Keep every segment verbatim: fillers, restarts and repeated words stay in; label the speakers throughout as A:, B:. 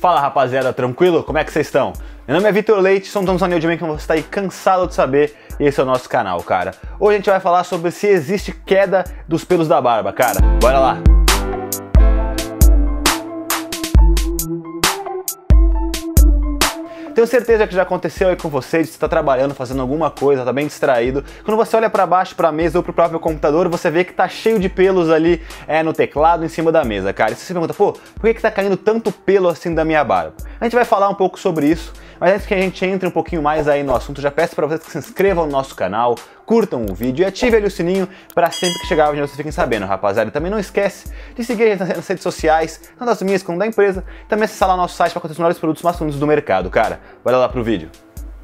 A: Fala rapaziada, tranquilo? Como é que vocês estão? Meu nome é Vitor Leite, somos um anel de mim que você está aí cansado de saber e esse é o nosso canal, cara. Hoje a gente vai falar sobre se existe queda dos pelos da barba, cara. Bora lá! Tenho certeza que já aconteceu aí com você, de você estar trabalhando, fazendo alguma coisa, tá bem distraído. Quando você olha pra baixo, pra mesa ou pro próprio computador, você vê que tá cheio de pelos ali é, no teclado, em cima da mesa, cara. E você se pergunta, pô, por que que tá caindo tanto pelo assim da minha barba? A gente vai falar um pouco sobre isso, mas antes que a gente entre um pouquinho mais aí no assunto, já peço pra vocês que se inscrevam no nosso canal, curtam o vídeo e ativem ali o sininho para sempre que chegar o vídeo vocês fiquem sabendo, rapaziada. E também não esquece de seguir a gente nas redes sociais, tanto das minhas como da empresa, e também acessar lá o nosso site para conhecer os melhores produtos mais famosos do mercado, cara. Bora lá pro vídeo.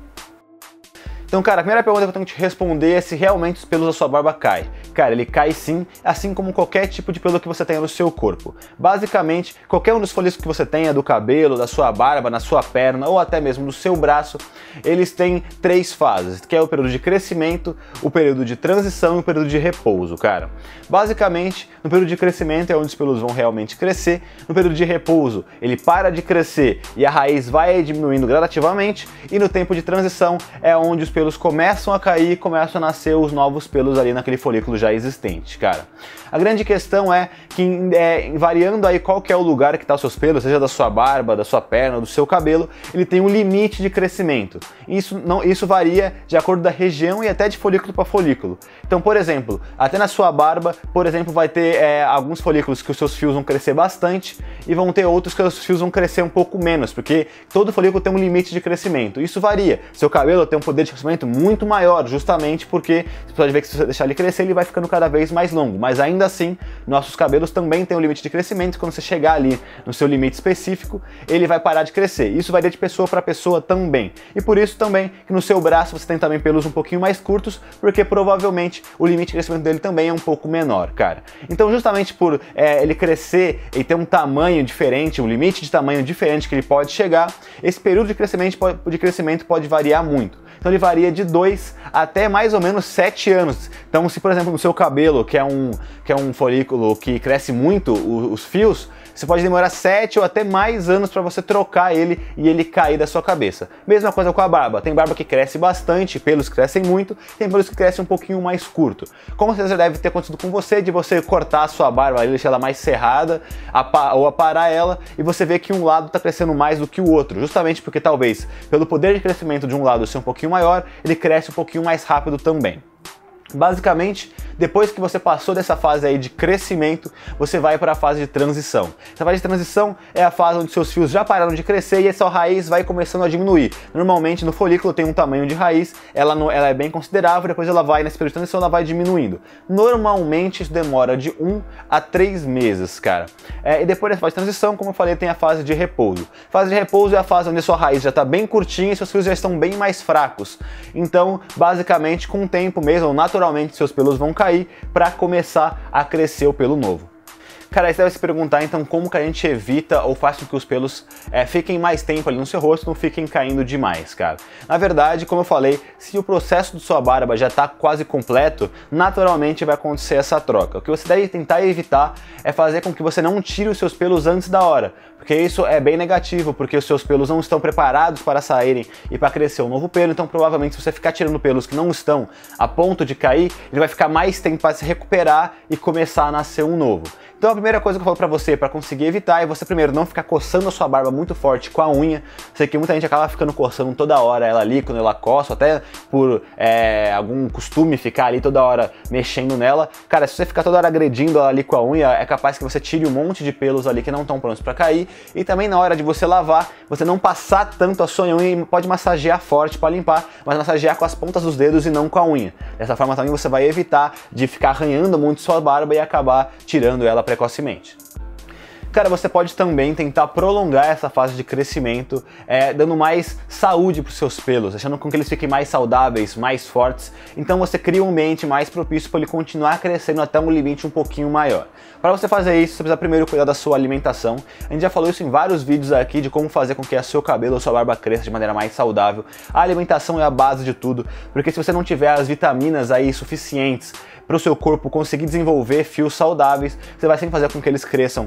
A: Então, cara, a primeira pergunta que eu tenho que te responder é se realmente os pelos da sua barba caem. Cara, ele cai sim, assim como qualquer tipo de pelo que você tenha no seu corpo. Basicamente, qualquer um dos folículos que você tenha do cabelo, da sua barba, na sua perna ou até mesmo no seu braço, eles têm três fases, que é o período de crescimento, o período de transição e o período de repouso, cara. Basicamente, no período de crescimento é onde os pelos vão realmente crescer, no período de repouso ele para de crescer e a raiz vai diminuindo gradativamente, e no tempo de transição é onde os pelos começam a cair e começam a nascer os novos pelos ali naquele folículo já existente, cara. A grande questão é que, é, variando aí qual que é o lugar que está os seus pelos, seja da sua barba, da sua perna, do seu cabelo, ele tem um limite de crescimento. Isso, não, isso varia de acordo da região e até de folículo para folículo. Então, por exemplo, até na sua barba, por exemplo, vai ter é, alguns folículos que os seus fios vão crescer bastante e vão ter outros que os fios vão crescer um pouco menos, porque todo folículo tem um limite de crescimento. Isso varia. Seu cabelo tem um poder de crescimento muito maior, justamente porque você pode ver que se você deixar ele crescer, ele vai ficando cada vez mais longo, mas ainda assim, nossos cabelos também têm um limite de crescimento. Quando você chegar ali no seu limite específico, ele vai parar de crescer. Isso varia de pessoa para pessoa também. E por isso também que no seu braço você tem também pelos um pouquinho mais curtos, porque provavelmente o limite de crescimento dele também é um pouco menor, cara. Então, justamente por é, ele crescer e ter um tamanho diferente, um limite de tamanho diferente que ele pode chegar, esse período de crescimento pode, de crescimento pode variar muito. Então ele varia de dois até mais ou menos sete anos. Então, se por exemplo no seu cabelo, que é um, que é um folículo que cresce muito os fios, você pode demorar sete ou até mais anos para você trocar ele e ele cair da sua cabeça. Mesma coisa com a barba. Tem barba que cresce bastante, pelos que crescem muito, tem pelos que crescem um pouquinho mais curto. Como você já deve ter acontecido com você, de você cortar a sua barba e deixar ela mais cerrada, ou aparar ela, e você vê que um lado está crescendo mais do que o outro, justamente porque talvez pelo poder de crescimento de um lado ser um pouquinho maior, ele cresce um pouquinho mais rápido também. Basicamente, depois que você passou dessa fase aí de crescimento, você vai para a fase de transição. Essa fase de transição é a fase onde seus fios já pararam de crescer e essa raiz vai começando a diminuir. Normalmente no folículo tem um tamanho de raiz, ela, não, ela é bem considerável, depois ela vai, nesse período de transição, ela vai diminuindo. Normalmente isso demora de um a três meses, cara. É, e depois dessa fase de transição, como eu falei, tem a fase de repouso. A fase de repouso é a fase onde a sua raiz já está bem curtinha e seus fios já estão bem mais fracos. Então, basicamente, com o tempo mesmo, naturalmente, Naturalmente seus pelos vão cair para começar a crescer o pelo novo. Cara, aí você deve se perguntar então como que a gente evita ou faz com que os pelos é, fiquem mais tempo ali no seu rosto, não fiquem caindo demais, cara. Na verdade, como eu falei, se o processo de sua barba já está quase completo, naturalmente vai acontecer essa troca. O que você deve tentar evitar é fazer com que você não tire os seus pelos antes da hora, porque isso é bem negativo, porque os seus pelos não estão preparados para saírem e para crescer um novo pelo, então provavelmente se você ficar tirando pelos que não estão a ponto de cair, ele vai ficar mais tempo para se recuperar e começar a nascer um novo. Então a primeira coisa que eu falo pra você, para conseguir evitar, é você primeiro não ficar coçando a sua barba muito forte com a unha. Sei que muita gente acaba ficando coçando toda hora ela ali, quando ela coça, até por é, algum costume ficar ali toda hora mexendo nela. Cara, se você ficar toda hora agredindo ela ali com a unha, é capaz que você tire um monte de pelos ali que não estão prontos para cair. E também na hora de você lavar, você não passar tanto a sua unha e pode massagear forte para limpar, mas massagear com as pontas dos dedos e não com a unha. Dessa forma também você vai evitar de ficar arranhando muito sua barba e acabar tirando ela precocemente. Cara, você pode também tentar prolongar essa fase de crescimento, é, dando mais saúde para os seus pelos, deixando com que eles fiquem mais saudáveis, mais fortes. Então você cria um ambiente mais propício para ele continuar crescendo até um limite um pouquinho maior. Para você fazer isso, você precisa primeiro cuidar da sua alimentação. A gente já falou isso em vários vídeos aqui de como fazer com que o seu cabelo ou sua barba cresça de maneira mais saudável. A alimentação é a base de tudo, porque se você não tiver as vitaminas aí suficientes para o seu corpo conseguir desenvolver fios saudáveis, você vai sempre fazer com que eles cresçam primeiro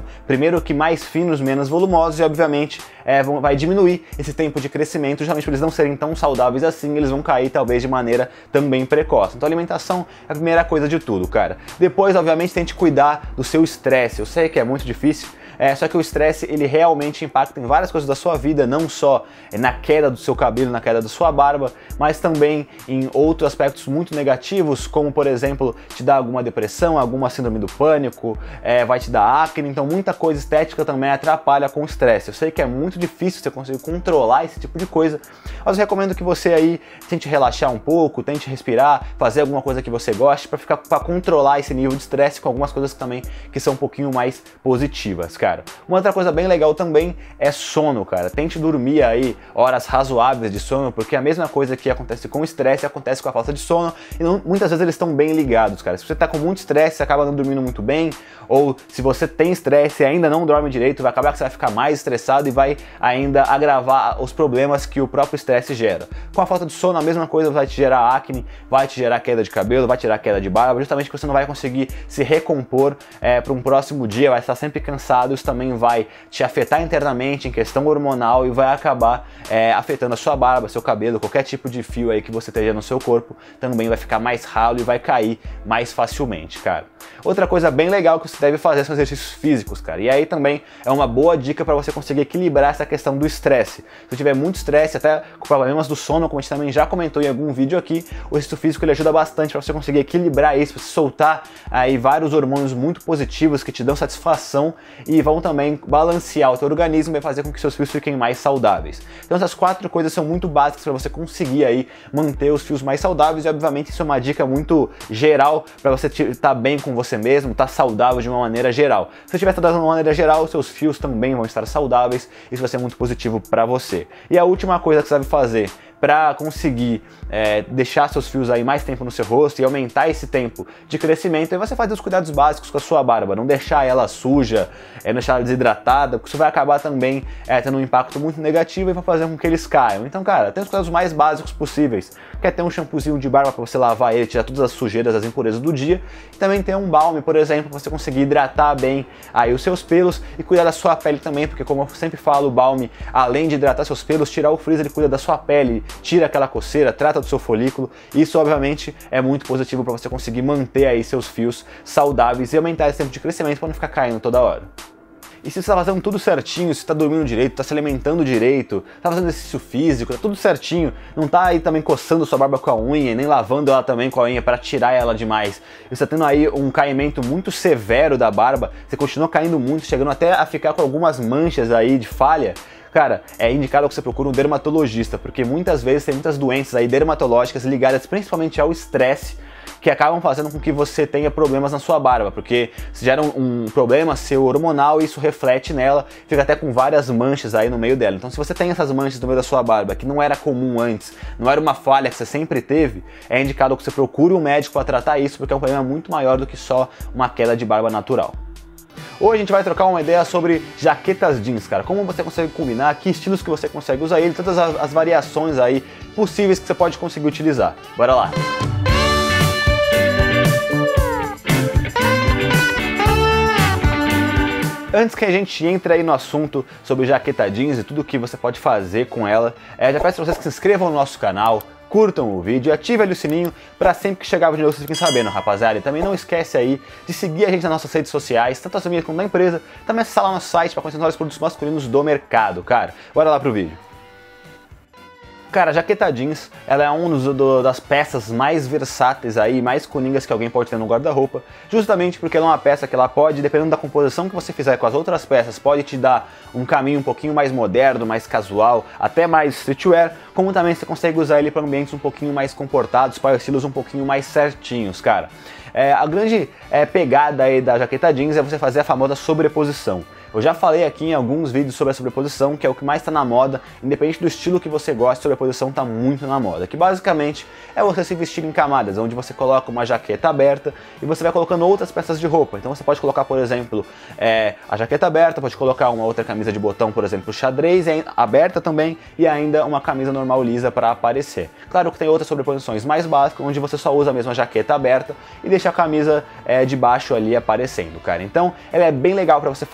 A: primeiro que mais finos, menos volumosos e obviamente é, vão, vai diminuir esse tempo de crescimento, justamente por eles não serem tão saudáveis assim, eles vão cair talvez de maneira também precoce. Então a alimentação é a primeira coisa de tudo, cara. Depois, obviamente, tente cuidar do seu estresse. Eu sei que é muito difícil, É, só que o estresse, ele realmente impacta em várias coisas da sua vida, não só na queda do seu cabelo, na queda da sua barba, mas também em outros aspectos muito negativos, como, por exemplo, te dar alguma depressão, alguma síndrome do pânico, é, vai te dar acne, então muita coisa estética também atrapalha com o estresse. Eu sei que é muito difícil você conseguir controlar esse tipo de coisa, mas eu recomendo que você aí tente relaxar um pouco, tente respirar, fazer alguma coisa que você goste, para ficar para controlar esse nível de estresse com algumas coisas também que são um pouquinho mais positivas, cara. Uma outra coisa bem legal também é sono, cara. Tente dormir aí horas razoáveis de sono, porque a mesma coisa que acontece com o estresse acontece com a falta de sono e não, muitas vezes eles estão bem ligados, cara. Se você tá com muito estresse, você acaba não dormindo muito bem, ou se você tem estresse e ainda não dorme direito, vai acabar que você vai ficar mais estressado e vai ainda agravar os problemas que o próprio estresse gera. Com a falta de sono, a mesma coisa vai te gerar acne, vai te gerar queda de cabelo, vai te gerar queda de barba, justamente porque você não vai conseguir se recompor é, para um próximo dia, vai estar sempre cansado. Isso também vai te afetar internamente em questão hormonal e vai acabar é, afetando a sua barba, seu cabelo, qualquer tipo de fio aí que você tenha no seu corpo, também vai ficar mais ralo e vai cair mais facilmente, cara. Outra coisa bem legal que você deve fazer são exercícios físicos, cara. E aí também é uma boa dica para você conseguir equilibrar essa questão do estresse. Se tiver muito estresse, até com problemas do sono, como a gente também já comentou em algum vídeo aqui, o exercício físico ele ajuda bastante para você conseguir equilibrar isso, você soltar aí vários hormônios muito positivos que te dão satisfação e vão também balancear o teu organismo e vai fazer com que seus fios fiquem mais saudáveis. Então essas quatro coisas são muito básicas para você conseguir aí manter os fios mais saudáveis e obviamente isso é uma dica muito geral para você estar bem com você mesmo, estar saudável de uma maneira geral. Se você estiver saudável de uma maneira geral, seus fios também vão estar saudáveis, isso vai ser muito positivo para você. E a última coisa que você deve fazer para conseguir é, deixar seus fios aí mais tempo no seu rosto e aumentar esse tempo de crescimento, é você fazer os cuidados básicos com a sua barba, não deixar ela suja, é, não deixar ela desidratada, porque isso vai acabar também é, tendo um impacto muito negativo e vai fazer com que eles caiam. Então, cara, tem os cuidados mais básicos possíveis. Quer ter um shampoozinho de barba para você lavar ele, tirar todas as sujeiras, as impurezas do dia, e também tem um balme, por exemplo, para você conseguir hidratar bem aí os seus pelos e cuidar da sua pele também, porque como eu sempre falo, o balme, além de hidratar seus pelos, tirar o frizz, ele cuida da sua pele, tira aquela coceira, trata do seu folículo. Isso obviamente é muito positivo para você conseguir manter aí seus fios saudáveis e aumentar esse tempo de crescimento para não ficar caindo toda hora. E se você está fazendo tudo certinho, se está dormindo direito, está se alimentando direito, está fazendo exercício físico, tá tudo certinho, não está aí também coçando sua barba com a unha, nem lavando ela também com a unha para tirar ela demais, e você está tendo aí um caimento muito severo da barba, você continua caindo muito, chegando até a ficar com algumas manchas aí de falha, cara, é indicado que você procure um dermatologista, porque muitas vezes tem muitas doenças aí dermatológicas ligadas principalmente ao estresse, que acabam fazendo com que você tenha problemas na sua barba, porque se gera um, um problema seu hormonal e isso reflete nela, fica até com várias manchas aí no meio dela. Então se você tem essas manchas no meio da sua barba, que não era comum antes, não era uma falha que você sempre teve, é indicado que você procure um médico para tratar isso, porque é um problema muito maior do que só uma queda de barba natural. Hoje a gente vai trocar uma ideia sobre jaquetas jeans, cara. Como você consegue combinar, que estilos que você consegue usar ele, todas as, as variações aí possíveis que você pode conseguir utilizar. Bora lá! Antes que a gente entre aí no assunto sobre jaqueta jeans e tudo o que você pode fazer com ela, é, já peço para vocês que se inscrevam no nosso canal, curtam o vídeo e ativem ali o sininho para sempre que chegar o vídeo vocês fiquem sabendo, rapaziada. E também não esquece aí de seguir a gente nas nossas redes sociais, tanto as minhas como da empresa, também acessar lá no nosso site para conhecer os novos produtos masculinos do mercado, cara. Bora lá pro vídeo. Cara, a jaqueta jeans, ela é uma do, das peças mais versáteis aí, mais coringas que alguém pode ter no guarda-roupa, justamente porque ela é uma peça que ela pode, dependendo da composição que você fizer com as outras peças, pode te dar um caminho um pouquinho mais moderno, mais casual, até mais streetwear, como também você consegue usar ele para ambientes um pouquinho mais comportados, para estilos um pouquinho mais certinhos, cara. É, a grande é, pegada aí da jaqueta jeans é você fazer a famosa sobreposição. Eu já falei aqui em alguns vídeos sobre a sobreposição, que é o que mais está na moda, independente do estilo que você gosta, a sobreposição está muito na moda, que basicamente é você se vestir em camadas, onde você coloca uma jaqueta aberta e você vai colocando outras peças de roupa. Então você pode colocar, por exemplo, é, a jaqueta aberta, pode colocar uma outra camisa de botão, por exemplo, xadrez, aberta também, e ainda uma camisa normal lisa para aparecer. Claro que tem outras sobreposições mais básicas, onde você só usa a mesma jaqueta aberta e deixa a camisa é, de baixo ali aparecendo, cara. Então ela é bem legal para você fazer a sobreposição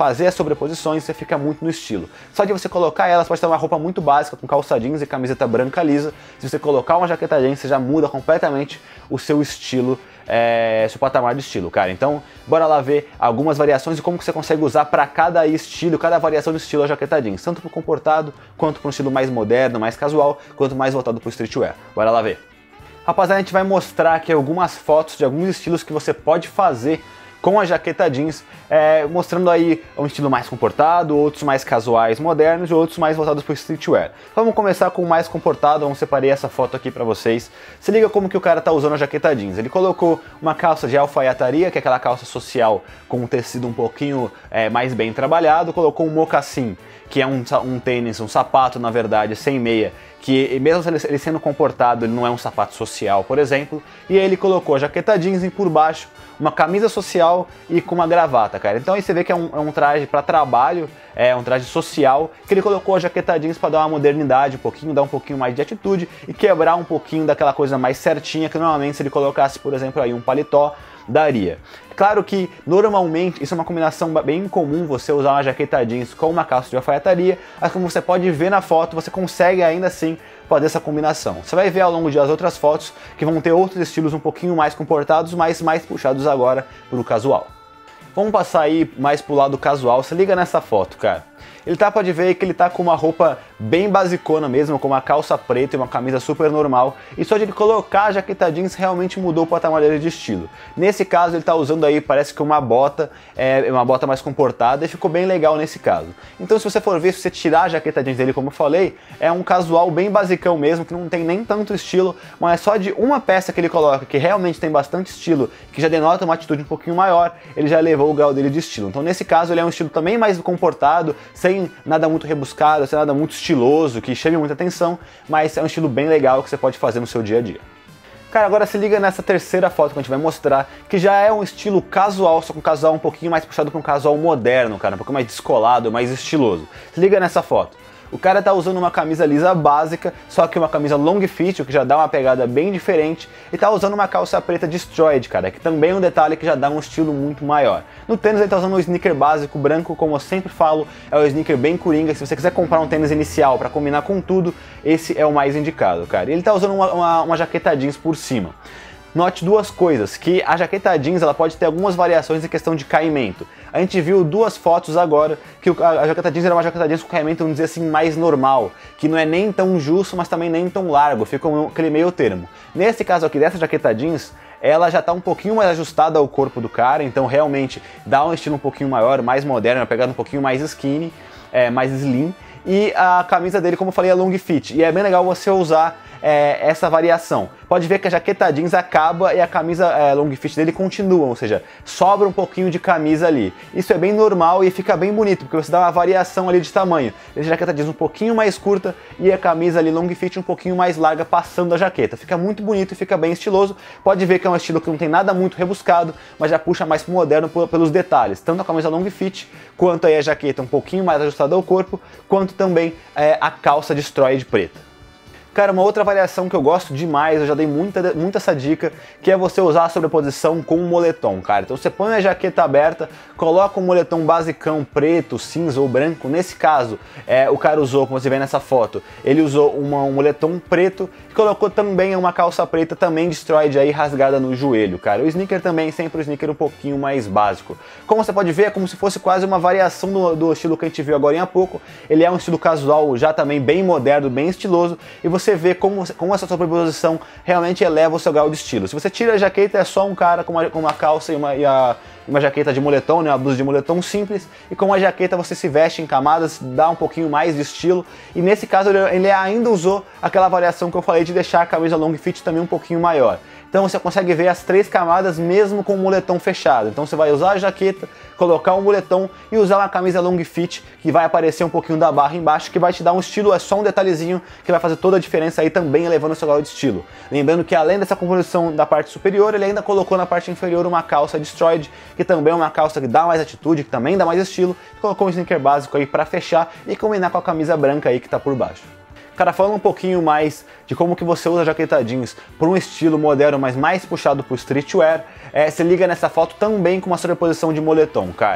A: sobreposições, você fica muito no estilo. Só de você colocar ela, você pode ter uma roupa muito básica, com calça jeans e camiseta branca lisa. Se você colocar uma jaqueta jeans, você já muda completamente o seu estilo, é, seu patamar de estilo, cara. Então, bora lá ver algumas variações e como que você consegue usar para cada estilo, cada variação de estilo a jaqueta jeans, tanto para o comportado, quanto para um estilo mais moderno, mais casual, quanto mais voltado para o streetwear. Bora lá ver. Rapaziada, a gente vai mostrar aqui algumas fotos de alguns estilos que você pode fazer com a jaqueta jeans, é, mostrando aí um estilo mais comportado, outros mais casuais, modernos e outros mais voltados para o streetwear. Vamos começar com o mais comportado, eu separei essa foto aqui para vocês. Se liga como que o cara tá usando a jaqueta jeans. Ele colocou uma calça de alfaiataria, que é aquela calça social com um tecido um pouquinho é, mais bem trabalhado, colocou um mocassim, que é um, um tênis, um sapato na verdade, sem meia, que mesmo ele sendo comportado, ele não é um sapato social, por exemplo, e aí ele colocou a jaqueta jeans e por baixo uma camisa social e com uma gravata, cara. Então aí você vê que é um, é um traje para trabalho, é um traje social, que ele colocou a jaqueta jeans para dar uma modernidade um pouquinho, dar um pouquinho mais de atitude e quebrar um pouquinho daquela coisa mais certinha que normalmente se ele colocasse, por exemplo, aí um paletó, daria. Claro que normalmente isso é uma combinação bem comum, você usar uma jaqueta jeans com uma calça de alfaiataria, mas como você pode ver na foto, você consegue ainda assim fazer essa combinação. Você vai ver ao longo das outras fotos que vão ter outros estilos um pouquinho mais comportados, mas mais puxados agora para o casual. Vamos passar aí mais pro lado casual, se liga nessa foto, cara. Ele tá, pode ver que ele tá com uma roupa bem basicona mesmo, com uma calça preta e uma camisa super normal, e só de ele colocar a jaqueta jeans realmente mudou o patamar dele de estilo. Nesse caso ele tá usando aí, parece que uma bota, é uma bota mais comportada e ficou bem legal nesse caso. Então se você for ver, se você tirar a jaqueta jeans dele, como eu falei, é um casual bem basicão mesmo, que não tem nem tanto estilo, mas é só de uma peça que ele coloca, que realmente tem bastante estilo, que já denota uma atitude um pouquinho maior, ele já elevou o grau dele de estilo. Então nesse caso ele é um estilo também mais comportado, sem nada muito rebuscado, sem nada muito estiloso, que chame muita atenção, mas é um estilo bem legal que você pode fazer no seu dia a dia. Cara, agora se liga nessa terceira foto que a gente vai mostrar, que já é um estilo casual, só com um casual um pouquinho mais puxado para um casual moderno, cara, um pouquinho mais descolado, mais estiloso. Se liga nessa foto. O cara tá usando uma camisa lisa básica, só que uma camisa long fit, o que já dá uma pegada bem diferente, e tá usando uma calça preta destroyed, cara, que também é um detalhe que já dá um estilo muito maior. No tênis ele tá usando um sneaker básico branco, como eu sempre falo, é o sneaker bem coringa. Se você quiser comprar um tênis inicial para combinar com tudo, esse é o mais indicado, cara. E ele tá usando uma, uma, uma jaqueta jeans por cima. Note duas coisas, que a jaqueta jeans ela pode ter algumas variações em questão de caimento. A gente viu duas fotos agora que a jaqueta jeans era uma jaqueta jeans com caimento, vamos dizer assim, mais normal, que não é nem tão justo, mas também nem tão largo, fica aquele meio termo. Nesse caso aqui dessa jaqueta jeans, ela já está um pouquinho mais ajustada ao corpo do cara, então realmente dá um estilo um pouquinho maior, mais moderno, uma pegada um pouquinho mais skinny, é, mais slim. E a camisa dele, como eu falei, é long fit, e é bem legal você usar é, essa variação. Pode ver que a jaqueta jeans acaba e a camisa é, long fit dele continua, ou seja, sobra um pouquinho de camisa ali. Isso é bem normal e fica bem bonito, porque você dá uma variação ali de tamanho. Deixa a jaqueta jeans um pouquinho mais curta e a camisa ali long fit um pouquinho mais larga passando a jaqueta. Fica muito bonito e fica bem estiloso. Pode ver que é um estilo que não tem nada muito rebuscado, mas já puxa mais pro moderno pelos detalhes. Tanto a camisa long fit, quanto aí a jaqueta um pouquinho mais ajustada ao corpo, quanto também é, a calça destroyed preta. Cara, uma outra variação que eu gosto demais, eu já dei muita, muita essa dica, que é você usar a sobreposição com um moletom, cara. Então você põe a jaqueta aberta, coloca um moletom basicão, preto, cinza ou branco. Nesse caso, é, o cara usou, como você vê nessa foto, ele usou uma, um moletom preto e colocou também uma calça preta, também destroyed aí, rasgada no joelho, cara. O sneaker também, sempre o sneaker um pouquinho mais básico. Como você pode ver, é como se fosse quase uma variação do, do estilo que a gente viu agora há pouco. Ele é um estilo casual, já também bem moderno, bem estiloso, e você Você vê como, como essa sobreposição realmente eleva o seu grau de estilo. Se você tira a jaqueta, é só um cara com uma, com uma calça e uma, e a, uma jaqueta de moletom, né, uma blusa de moletom simples, e com a jaqueta você se veste em camadas, dá um pouquinho mais de estilo, e nesse caso ele, ele ainda usou aquela variação que eu falei de deixar a camisa long fit também um pouquinho maior. Então você consegue ver as três camadas mesmo com o moletom fechado. Então você vai usar a jaqueta, colocar um moletom e usar uma camisa long fit que vai aparecer um pouquinho da barra embaixo, que vai te dar um estilo, é só um detalhezinho que vai fazer toda a diferença aí também, elevando o seu grau de estilo. Lembrando que além dessa composição da parte superior, ele ainda colocou na parte inferior uma calça destroyed, que também é uma calça que dá mais atitude, que também dá mais estilo, e colocou um sneaker básico aí para fechar e combinar com a camisa branca aí que tá por baixo. Cara, falando um pouquinho mais de como que você usa a jaqueta jeans por um estilo moderno, mas mais puxado pro streetwear, é, se liga nessa foto também com uma sobreposição de moletom, cara.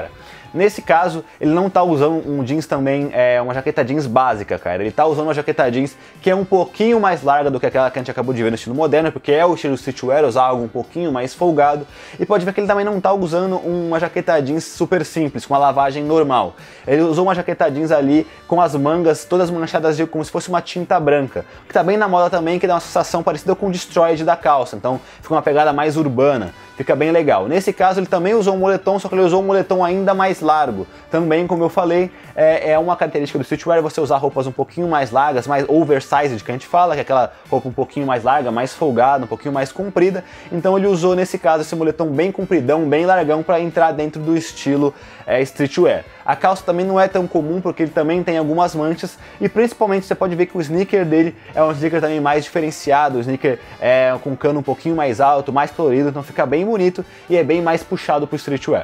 A: Nesse caso, ele não tá usando um jeans também, é, uma jaqueta jeans básica, cara. Ele tá usando uma jaqueta jeans que é um pouquinho mais larga do que aquela que a gente acabou de ver no estilo moderno, porque é o estilo streetwear, usar algo um pouquinho mais folgado. E pode ver que ele também não tá usando uma jaqueta jeans super simples, com uma lavagem normal. Ele usou uma jaqueta jeans ali com as mangas todas manchadas de como se fosse uma tinta branca, que tá bem na moda também, que dá uma sensação parecida com o Destroyed da calça. Então fica uma pegada mais urbana, fica bem legal. Nesse caso ele também usou um moletom, só que ele usou um moletom ainda mais largo. Também, como eu falei, é, é uma característica do streetwear você usar roupas um pouquinho mais largas, mais oversized, que a gente fala, que é aquela roupa um pouquinho mais larga, mais folgada, um pouquinho mais comprida. Então ele usou nesse caso esse moletom bem compridão, bem largão, para entrar dentro do estilo é, streetwear. A calça também não é tão comum porque ele também tem algumas manchas e principalmente você pode ver que o sneaker dele é um sneaker também mais diferenciado, um sneaker é, com cano um pouquinho mais alto, mais colorido, então fica bem bonito e é bem mais puxado pro streetwear.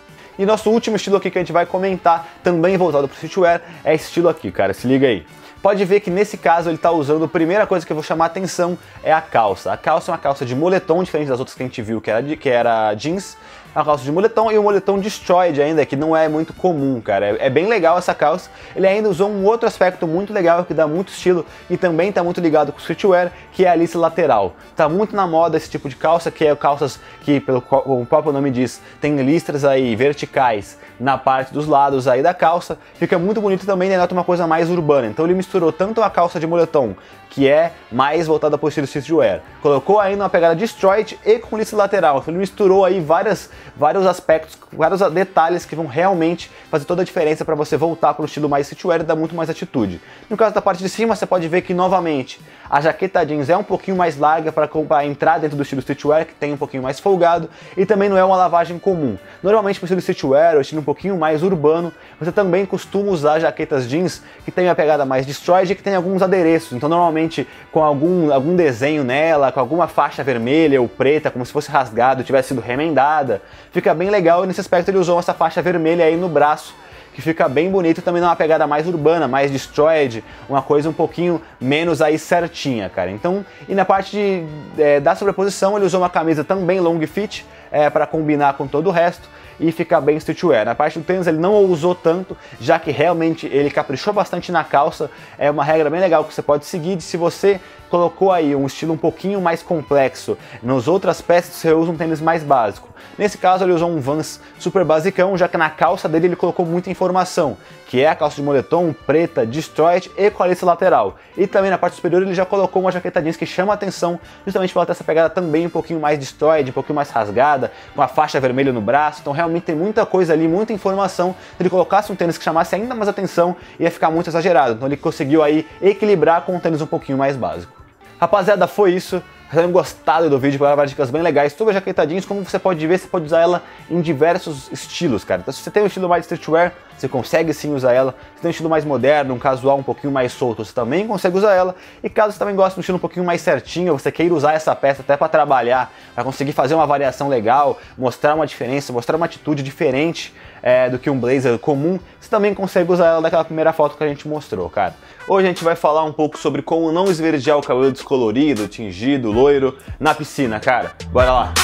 A: E nosso último estilo aqui que a gente vai comentar, também voltado pro streetwear, é esse estilo aqui, cara, se liga aí. Pode ver que nesse caso ele está usando, a primeira coisa que eu vou chamar a atenção é a calça. A calça é uma calça de moletom, diferente das outras que a gente viu que era, de, que era jeans. A calça de moletom e o moletom Destroyed ainda, que não é muito comum, cara. É, é bem legal essa calça. Ele ainda usou um outro aspecto muito legal, que dá muito estilo e também está muito ligado com o streetwear, que é a lista lateral. Tá muito na moda esse tipo de calça, que é calças que, pelo como o próprio nome diz, tem listras aí verticais na parte dos lados aí da calça. Fica muito bonito também, denota uma coisa mais urbana. Então ele misturou tanto a calça de moletom, que é mais voltada para o estilo streetwear, colocou ainda uma pegada Destroyed e com lista lateral. Então ele misturou aí várias, vários aspectos, vários detalhes que vão realmente fazer toda a diferença para você voltar para o estilo mais streetwear e dar muito mais atitude. No caso da parte de cima, você pode ver que novamente a jaqueta jeans é um pouquinho mais larga para entrar dentro do estilo streetwear, que tem um pouquinho mais folgado, e também não é uma lavagem comum. Normalmente para o estilo streetwear, o estilo um pouquinho mais urbano, você também costuma usar jaquetas jeans que tem uma pegada mais Destroyed e que tem alguns adereços. Então normalmente com algum, algum desenho nela, com alguma faixa vermelha ou preta, como se fosse rasgado, tivesse sido remendada. Fica bem legal e nesse aspecto ele usou essa faixa vermelha aí no braço, que fica bem bonito, também dá uma pegada mais urbana, mais Destroyed, uma coisa um pouquinho menos aí certinha, cara. Então, e na parte de, é, da sobreposição, ele usou uma camisa também long fit, é, para combinar com todo o resto e ficar bem streetwear. Na parte do tênis ele não usou tanto, já que realmente ele caprichou bastante na calça. É uma regra bem legal que você pode seguir, de se você colocou aí um estilo um pouquinho mais complexo nos outras peças, você usa um tênis mais básico. Nesse caso ele usou um Vans super basicão, já que na calça dele ele colocou muita informação, que é a calça de moletom preta, Destroyed e com a lista lateral. E também na parte superior ele já colocou uma jaqueta jeans que chama a atenção, justamente pela ter essa pegada também um pouquinho mais Destroyed, um pouquinho mais rasgada, com a faixa vermelha no braço. Então realmente tem muita coisa ali, muita informação. Se ele colocasse um tênis que chamasse ainda mais atenção, ia ficar muito exagerado. Então ele conseguiu aí equilibrar com um tênis um pouquinho mais básico. Rapaziada, foi isso. Se vocês gostado do vídeo, para várias dicas bem legais sobre a jaqueta jeans, como você pode ver, você pode usar ela em diversos estilos, cara. Então se você tem um estilo mais streetwear, você consegue sim usar ela. Se tem um estilo mais moderno, um casual um pouquinho mais solto, você também consegue usar ela. E caso você também goste de um estilo um pouquinho mais certinho, você queira usar essa peça até para trabalhar, para conseguir fazer uma variação legal, mostrar uma diferença, mostrar uma atitude diferente é, do que um blazer comum, você também consegue usar ela daquela primeira foto que a gente mostrou, cara. Hoje a gente vai falar um pouco sobre como não esverdear o cabelo descolorido, tingido, loiro na piscina, cara. Bora lá!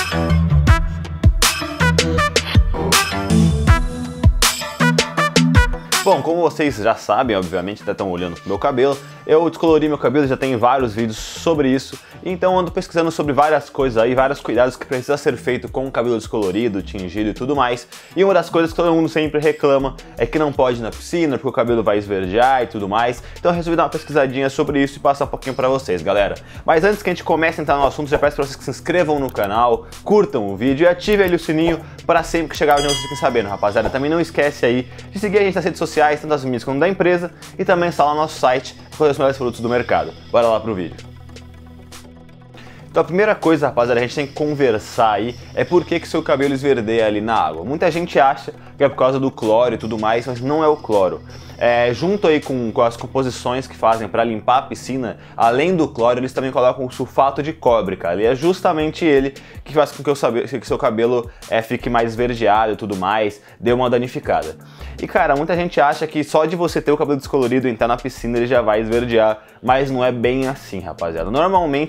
A: Bom, como vocês já sabem, obviamente, até estão olhando pro meu cabelo, eu descolori meu cabelo, já tem vários vídeos sobre isso, então ando pesquisando sobre várias coisas aí, vários cuidados que precisa ser feito com o cabelo descolorido, tingido e tudo mais. E uma das coisas que todo mundo sempre reclama é que não pode ir na piscina, porque o cabelo vai esverdear e tudo mais. Então eu resolvi dar uma pesquisadinha sobre isso e passar um pouquinho pra vocês, galera. Mas antes que a gente comece a entrar no assunto, já peço pra vocês que se inscrevam no canal, curtam o vídeo e ativem ali o sininho para sempre que chegar o vídeo vocês fiquem sabendo, rapaziada. Também não esquece aí de seguir a gente nas redes sociais, tanto as minhas como da empresa, e também instalar no nosso site para os melhores produtos do mercado. Bora lá pro vídeo. Então a primeira coisa, rapaziada, a gente tem que conversar aí é por que que seu cabelo esverdeia ali na água. Muita gente acha que é por causa do cloro e tudo mais, mas não é o cloro. É, junto aí com, com as composições que fazem para limpar a piscina, além do cloro, eles também colocam o sulfato de cobre, cara. E é justamente ele que faz com que o que seu cabelo é, fique mais esverdeado e tudo mais, dê uma danificada. E cara, muita gente acha que só de você ter o cabelo descolorido e entrar na piscina ele já vai esverdear, mas não é bem assim, rapaziada. Normalmente,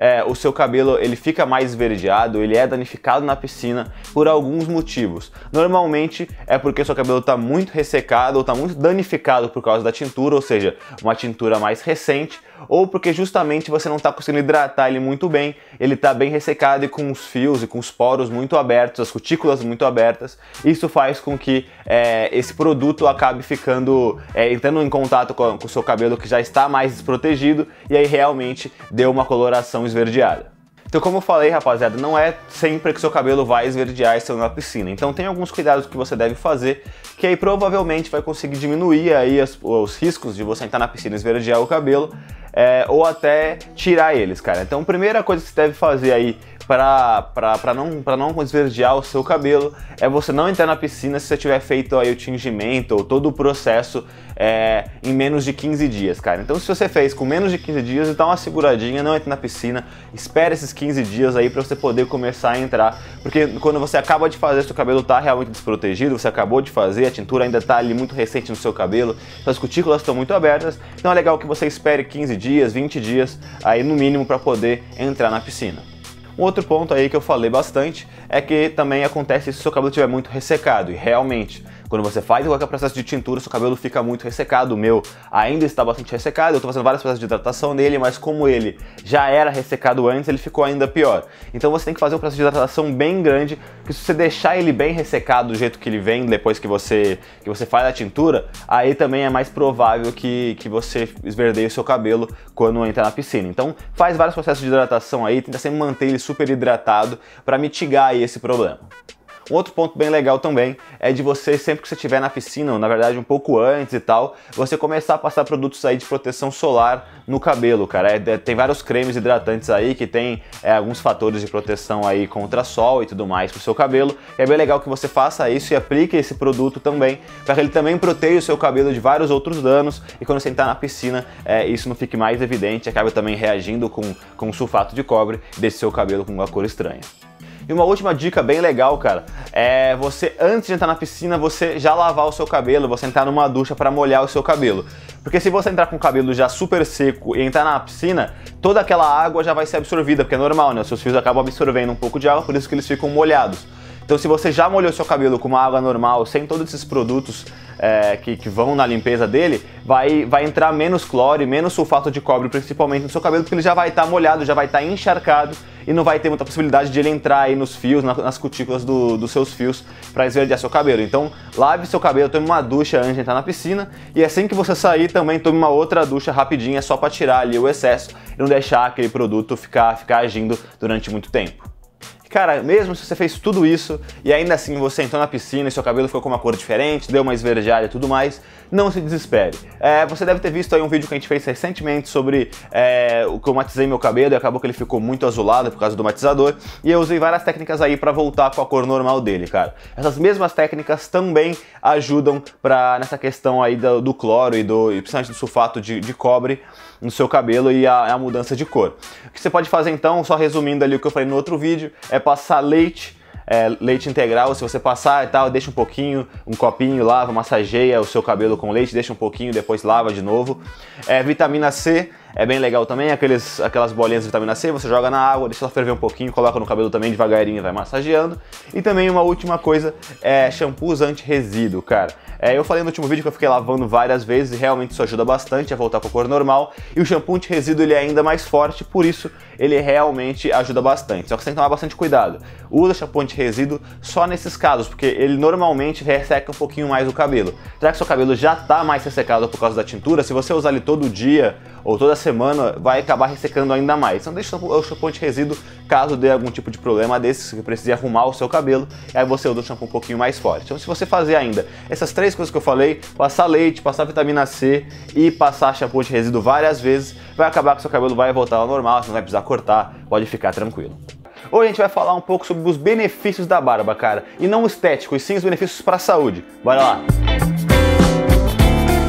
A: é, o seu cabelo ele fica mais esverdeado, ele é danificado na piscina por alguns motivos. Normalmente é porque seu cabelo está muito ressecado ou está muito danificado por causa da tintura, ou seja, uma tintura mais recente, ou porque justamente você não está conseguindo hidratar ele muito bem, ele está bem ressecado e com os fios e com os poros muito abertos, as cutículas muito abertas. Isso faz com que é, esse produto acabe ficando, é, entrando em contato com, com o seu cabelo que já está mais desprotegido e aí realmente deu uma coloração esverdeada. Então, como eu falei, rapaziada, não é sempre que seu cabelo vai esverdear estando na piscina. Então tem alguns cuidados que você deve fazer, que aí provavelmente vai conseguir diminuir aí as, os riscos de você entrar na piscina e esverdear o cabelo, é, ou até tirar eles, cara. Então a primeira coisa que você deve fazer aí para não, pra não esverdear o seu cabelo é você não entrar na piscina se você tiver feito aí o tingimento ou todo o processo é, em menos de quinze dias, cara. Então se você fez com menos de quinze dias, dá uma seguradinha, não entre na piscina, espere esses quinze dias aí para você poder começar a entrar, porque quando você acaba de fazer, seu cabelo tá realmente desprotegido, você acabou de fazer, a tintura ainda tá ali muito recente no seu cabelo, as cutículas estão muito abertas, então é legal que você espere quinze dias, vinte dias aí no mínimo para poder entrar na piscina. Um outro ponto aí que eu falei bastante é que também acontece se o seu cabelo estiver muito ressecado, e realmente, quando você faz qualquer processo de tintura, seu cabelo fica muito ressecado. O meu ainda está bastante ressecado, eu estou fazendo vários processos de hidratação nele, mas como ele já era ressecado antes, ele ficou ainda pior. Então você tem que fazer um processo de hidratação bem grande, que se você deixar ele bem ressecado do jeito que ele vem, depois que você, que você faz a tintura, aí também é mais provável que, que você esverdeie o seu cabelo quando entrar na piscina. Então faz vários processos de hidratação aí, tenta sempre manter ele super hidratado para mitigar aí esse problema. Um outro ponto bem legal também é de você, sempre que você estiver na piscina, ou na verdade um pouco antes e tal, você começar a passar produtos aí de proteção solar no cabelo, cara. É, tem vários cremes hidratantes aí que tem é, alguns fatores de proteção aí contra sol e tudo mais pro seu cabelo. E é bem legal que você faça isso e aplique esse produto também, para que ele também proteja o seu cabelo de vários outros danos e quando você entrar na piscina, é, isso não fique mais evidente, acabe também reagindo com, com sulfato de cobre e deixe seu cabelo com uma cor estranha. E uma última dica bem legal, cara, é você, antes de entrar na piscina, você já lavar o seu cabelo, você entrar numa ducha para molhar o seu cabelo. Porque se você entrar com o cabelo já super seco e entrar na piscina, toda aquela água já vai ser absorvida, porque é normal, né? Os seus fios acabam absorvendo um pouco de água, por isso que eles ficam molhados. Então se você já molhou seu cabelo com uma água normal, sem todos esses produtos é, que, que vão na limpeza dele, vai, vai entrar menos cloro e menos sulfato de cobre, principalmente no seu cabelo, porque ele já vai estar tá molhado, já vai estar tá encharcado e não vai ter muita possibilidade de ele entrar aí nos fios, nas cutículas do, dos seus fios para esverdear seu cabelo. Então lave seu cabelo, tome uma ducha antes de entrar na piscina e assim que você sair também tome uma outra ducha rapidinha só para tirar ali o excesso e não deixar aquele produto ficar, ficar agindo durante muito tempo. Cara, mesmo se você fez tudo isso e ainda assim você entrou na piscina e seu cabelo ficou com uma cor diferente, deu uma esverdeada e tudo mais, não se desespere. É, você deve ter visto aí um vídeo que a gente fez recentemente sobre é, o que eu matizei meu cabelo e acabou que ele ficou muito azulado por causa do matizador e eu usei várias técnicas aí pra voltar com a cor normal dele, cara. Essas mesmas técnicas também ajudam pra, nessa questão aí do, do cloro e, do, e principalmente do sulfato de, de cobre no seu cabelo e a, a mudança de cor. O que você pode fazer então, só resumindo ali o que eu falei no outro vídeo, é passar leite, é, leite integral. Se você passar e tal, deixa um pouquinho, um copinho, lava, massageia o seu cabelo com leite, deixa um pouquinho, depois lava de novo. É, vitamina C, é bem legal também, aqueles, aquelas bolinhas de vitamina C, você joga na água, deixa ela ferver um pouquinho, coloca no cabelo também devagarinho e vai massageando. E também uma última coisa, é shampoos anti-resíduo, cara. É, eu falei no último vídeo que eu fiquei lavando várias vezes e realmente isso ajuda bastante a voltar com a cor normal. E o shampoo anti-resíduo ele é ainda mais forte, por isso ele realmente ajuda bastante. Só que você tem que tomar bastante cuidado. Usa shampoo anti-resíduo só nesses casos, porque ele normalmente resseca um pouquinho mais o cabelo. Já que seu cabelo já está mais ressecado por causa da tintura, se você usar ele todo dia ou toda semana, vai acabar ressecando ainda mais. Então deixa o shampoo anti-resíduo caso dê algum tipo de problema desses, que precise arrumar o seu cabelo, e aí você usa o shampoo um pouquinho mais forte. Então se você fazer ainda essas três coisas que eu falei, passar leite, passar vitamina C e passar shampoo anti-resíduo várias vezes, vai acabar que seu cabelo vai voltar ao normal, você não vai precisar cortar, pode ficar tranquilo. Hoje a gente vai falar um pouco sobre os benefícios da barba, cara, e não estéticos, e sim os benefícios para a saúde. Bora lá!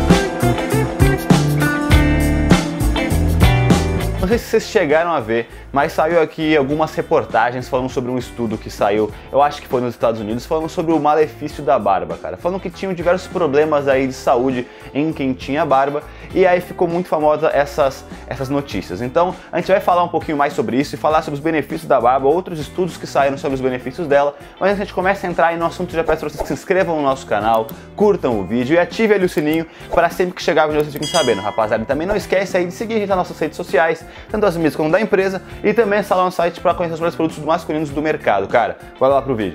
A: Não sei se vocês chegaram a ver, mas saiu aqui algumas reportagens falando sobre um estudo que saiu, eu acho que foi nos Estados Unidos, falando sobre o malefício da barba, cara. Falando que tinham diversos problemas aí de saúde em quem tinha barba, e aí ficou muito famosa essas, essas notícias. Então, a gente vai falar um pouquinho mais sobre isso e falar sobre os benefícios da barba, outros estudos que saíram sobre os benefícios dela, mas antes a gente começa a entrar aí no assunto, já peço para vocês que se inscrevam no nosso canal, curtam o vídeo e ativem ali o sininho para sempre que chegar o vídeo vocês fiquem sabendo, rapaziada. E também não esquece aí de seguir a gente nas nossas redes sociais, tanto as minhas como da empresa, e também acessar lá no site para conhecer os melhores produtos masculinos do mercado, cara. Bora lá pro vídeo.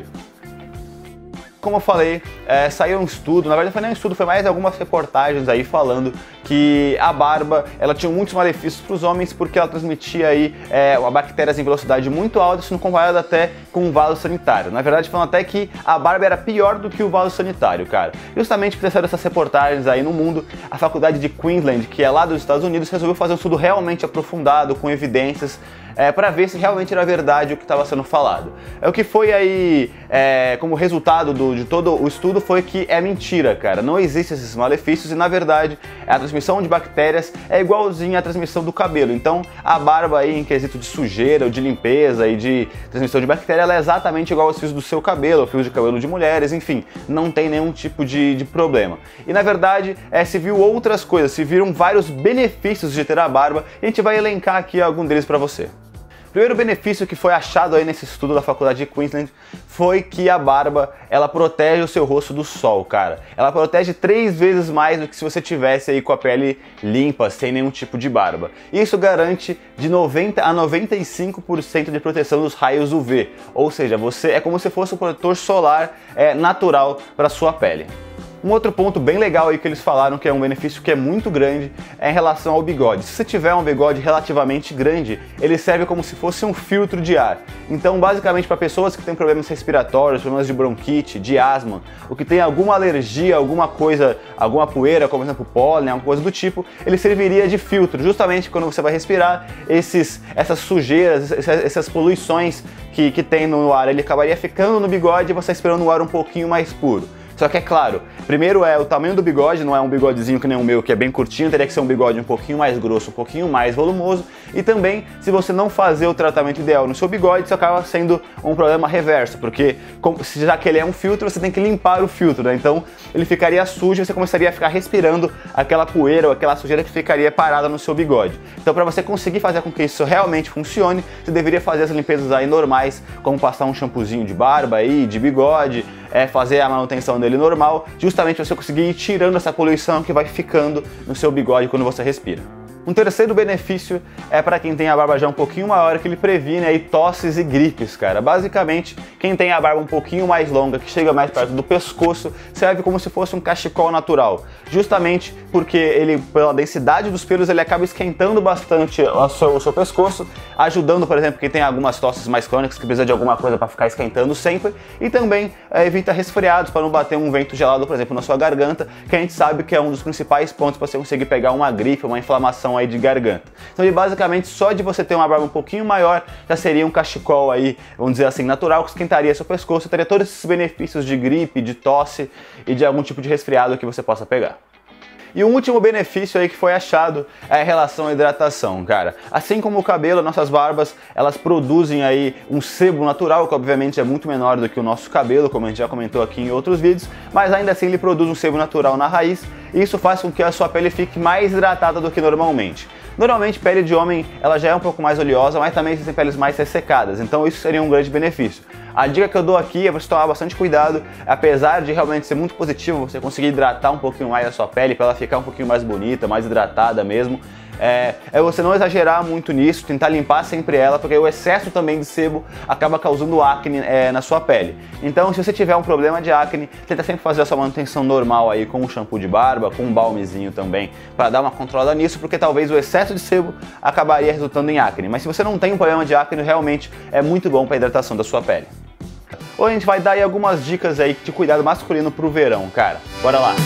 A: Como eu falei, é, saiu um estudo, na verdade não foi nem um estudo, foi mais algumas reportagens aí falando que a barba, ela tinha muitos malefícios para os homens porque ela transmitia aí é, bactérias em velocidade muito alta, sendo comparado até com o vaso sanitário. Na verdade, falando até que a barba era pior do que o vaso sanitário, cara. Justamente por ter saído essas reportagens aí no mundo, a faculdade de Queensland, que é lá dos Estados Unidos, resolveu fazer um estudo realmente aprofundado, com evidências, É, para ver se realmente era verdade o que estava sendo falado. É o que foi aí, é, como resultado do, de todo o estudo, foi que é mentira, cara. Não existem esses malefícios e, na verdade, a transmissão de bactérias é igualzinha à transmissão do cabelo. Então, a barba aí, em quesito de sujeira ou de limpeza e de transmissão de bactéria, ela é exatamente igual aos fios do seu cabelo, fios de cabelo de mulheres, enfim, não tem nenhum tipo de, de problema. E, na verdade, é, se viu outras coisas, se viram vários benefícios de ter a barba, e a gente vai elencar aqui algum deles para você. O primeiro benefício que foi achado aí nesse estudo da faculdade de Queensland foi que a barba, ela protege o seu rosto do sol, cara. Ela protege três vezes mais do que se você tivesse aí com a pele limpa, sem nenhum tipo de barba. Isso garante de noventa a noventa e cinco por cento de proteção dos raios U V, ou seja, você é como se fosse um protetor solar é, natural para sua pele. Um outro ponto bem legal aí que eles falaram que é um benefício que é muito grande é em relação ao bigode. Se você tiver um bigode relativamente grande, ele serve como se fosse um filtro de ar. Então, basicamente, para pessoas que têm problemas respiratórios, problemas de bronquite, de asma, ou que tem alguma alergia, alguma coisa, alguma poeira, como por exemplo pólen, alguma coisa do tipo, ele serviria de filtro, justamente quando você vai respirar esses, essas sujeiras, essas poluições que, que tem no ar, ele acabaria ficando no bigode e você esperando um ar um pouquinho mais puro. Só que é claro, primeiro é o tamanho do bigode, não é um bigodezinho que nem o meu, que é bem curtinho, teria que ser um bigode um pouquinho mais grosso, um pouquinho mais volumoso. E também, se você não fazer o tratamento ideal no seu bigode, isso acaba sendo um problema reverso, porque já que ele é um filtro, você tem que limpar o filtro, né? Então ele ficaria sujo e você começaria a ficar respirando aquela poeira ou aquela sujeira que ficaria parada no seu bigode. Então, para você conseguir fazer com que isso realmente funcione, você deveria fazer as limpezas aí normais, como passar um shampoozinho de barba aí, de bigode, é fazer a manutenção dele normal, justamente para você conseguir ir tirando essa poluição que vai ficando no seu bigode quando você respira. Um terceiro benefício é para quem tem a barba já um pouquinho maior, que ele previne aí tosses e gripes, cara. Basicamente, quem tem a barba um pouquinho mais longa, que chega mais perto do pescoço, serve como se fosse um cachecol natural. Justamente porque ele, pela densidade dos pelos, ele acaba esquentando bastante o seu, o seu pescoço, ajudando, por exemplo, quem tem algumas tosses mais crônicas, que precisa de alguma coisa para ficar esquentando sempre, e também é, evita resfriados, para não bater um vento gelado, por exemplo, na sua garganta, que a gente sabe que é um dos principais pontos para você conseguir pegar uma gripe, uma inflamação aí de garganta. Então, ele, basicamente, só de você ter uma barba um pouquinho maior, já seria um cachecol aí, vamos dizer assim, natural, que esquentaria seu pescoço e teria todos esses benefícios de gripe, de tosse e de algum tipo de resfriado que você possa pegar. E o último benefício aí que foi achado é a relação à hidratação, cara. Assim como o cabelo, nossas barbas, elas produzem aí um sebo natural, que obviamente é muito menor do que o nosso cabelo, como a gente já comentou aqui em outros vídeos, mas ainda assim ele produz um sebo natural na raiz, e isso faz com que a sua pele fique mais hidratada do que normalmente. Normalmente, pele de homem, ela já é um pouco mais oleosa, mas também existem peles mais ressecadas, então isso seria um grande benefício. A dica que eu dou aqui é você tomar bastante cuidado, apesar de realmente ser muito positivo você conseguir hidratar um pouquinho mais a sua pele para ela ficar um pouquinho mais bonita, mais hidratada mesmo. É, é você não exagerar muito nisso, tentar limpar sempre ela, porque o excesso também de sebo acaba causando acne é, na sua pele. Então, se você tiver um problema de acne, tenta sempre fazer a sua manutenção normal aí com um shampoo de barba, com um balmezinho também, para dar uma controlada nisso, porque talvez o excesso de sebo acabaria resultando em acne. Mas se você não tem um problema de acne, realmente é muito bom para a hidratação da sua pele. Hoje a gente vai dar aí algumas dicas aí de cuidado masculino pro verão, cara. Bora lá!